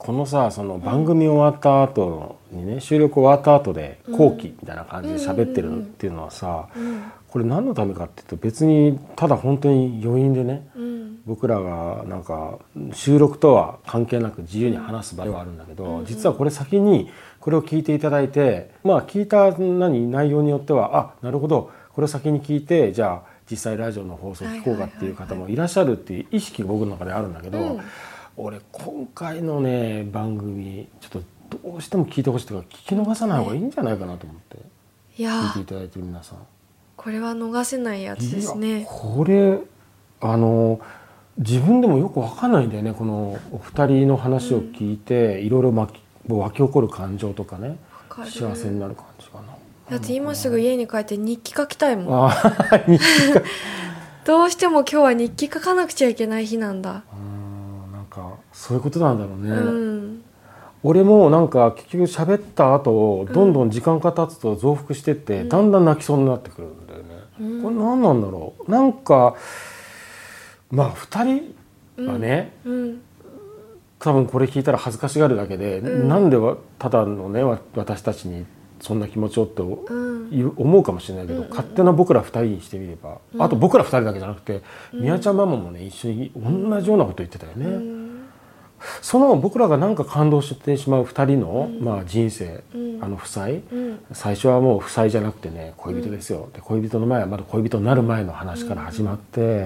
このさ、その番組終わった後にね、収録終わった後で後期みたいな感じで喋ってるっていうのはさ、これ何のためかっていうと、別にただ本当に余韻でね、僕らがなんか収録とは関係なく自由に話す場ではあるんだけど、実はこれ先にこれを聞いていただいて、まあ聞いた内容によっては、あ、なるほど、これを先に聞いて、じゃあ実際ラジオの放送聞こうかっていう方もいらっしゃるっていう意識が僕の中であるんだけど、俺今回のね番組ちょっとどうしても聞いてほしいというか、聞き逃さない方がいいんじゃないかなと思って、聞いていただいてる皆さん、 これは逃せないやつですね。 これ自分でもよく分かんないんだよね。このお二人の話を聞いて、いろいろ湧き起こる感情とかね、幸せになる感じかな。 だって今すぐ家に帰って日記書きたいもん。 日記かどうしても今日は日記書かなくちゃいけない日なんだ。 なんかそういうことなんだろうね。俺もなんか結局喋った後、どんどん時間が経つと増幅してって、だんだん泣きそうになってくるんだよね。これ何なんだろう。なんかまあ2人はね、多分これ聞いたら恥ずかしがるだけで、なんでただのね私たちにそんな気持ちをって思うかもしれないけど、勝手な僕ら2人にしてみれば、あと僕ら2人だけじゃなくて、みやちゃんママもね一緒に同じようなこと言ってたよね。その僕らがなんか感動してしまう2人の、まあ、人生、夫妻、最初はもう夫妻じゃなくてね恋人ですよ。で恋人の前はまだ恋人になる前の話から始まって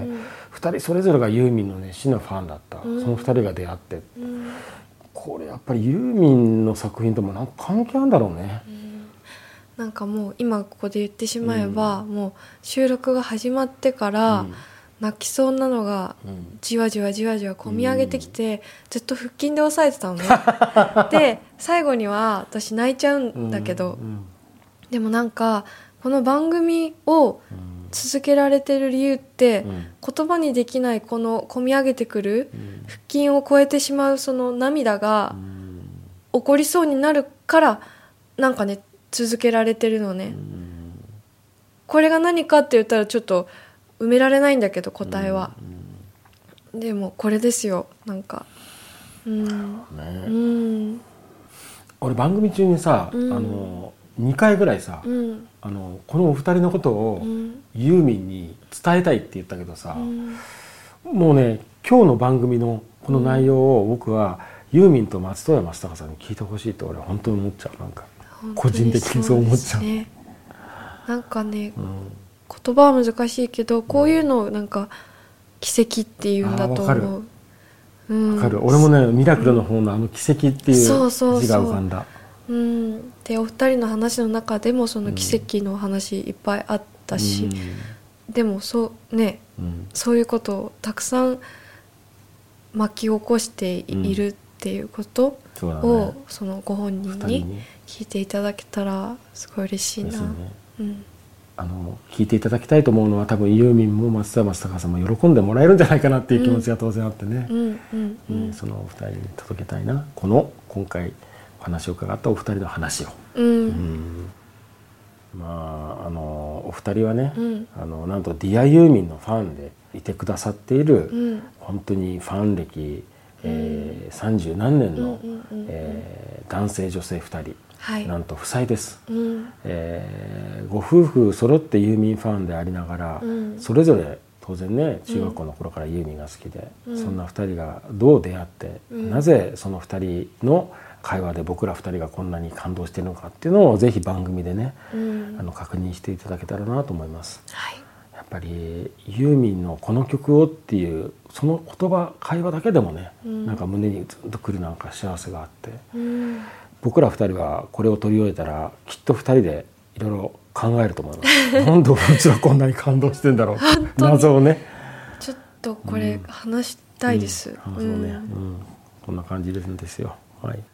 、2人それぞれがユーミンの熱心なファンだった、その2人が出会って、これやっぱりユーミンの作品ともなんか関係あるんだろうね。 なんかもう今ここで言ってしまえば、もう収録が始まってから、泣きそうなのがじわじわじわじわ込み上げてきて、ずっと腹筋で押さえてたのね。で最後には私泣いちゃうんだけど、でもなんかこの番組を続けられてる理由って、言葉にできないこの込み上げてくる腹筋を超えてしまうその涙が起こりそうになるから、なんかね続けられてるのね。これが何かって言ったらちょっと埋められないんだけど答えは、でもこれですよ。なんか俺番組中にさ、2回ぐらいさ、このお二人のことをユーミンに伝えたいって言ったけどさ、もうね今日の番組のこの内容を僕はユーミンと松任谷正隆さんに聞いてほしいと俺は本当に思っちゃう。なんか個人的にそう思っちゃう。 なんかね、言葉は難しいけど、こういうのをなんか奇跡っていうんだと思う。 わかる。俺もねミラクルの方の奇跡っていう字が浮かんだ。 でお二人の話の中でもその奇跡の話いっぱいあったし、でもそうね、そういうことをたくさん巻き起こしているっていうことを、そのご本人に聞いていただけたらすごい嬉しいな。 聞いていただきたいと思うのは、多分ユーミンも松任谷正隆さんも喜んでもらえるんじゃないかなっていう気持ちが当然あってね、そのお二人に届けたいな、今回お話を伺ったお二人の話を。まあお二人はね、なんとディアユーミンのファンでいてくださっている、本当にファン歴30何年の男性女性2人、なんと夫妻です。ご夫婦揃ってユーミンファンでありながら、それぞれ当然ね中学校の頃からユーミンが好きで、そんな2人がどう出会って、なぜその2人の会話で僕ら2人がこんなに感動しているのかっていうのをぜひ番組でね、確認していただけたらなと思います。やっぱりユーミンのこの曲をっていうその言葉会話だけでもね、なんか胸にずっとくるなんか幸せがあって、僕ら2人はこれを取り終えたらきっと2人でいろいろ考えると思います。なんでうちはこんなに感動してんだろう謎をね。 ちょっとこれ話したいです。 こんな感じですんですよ。はい。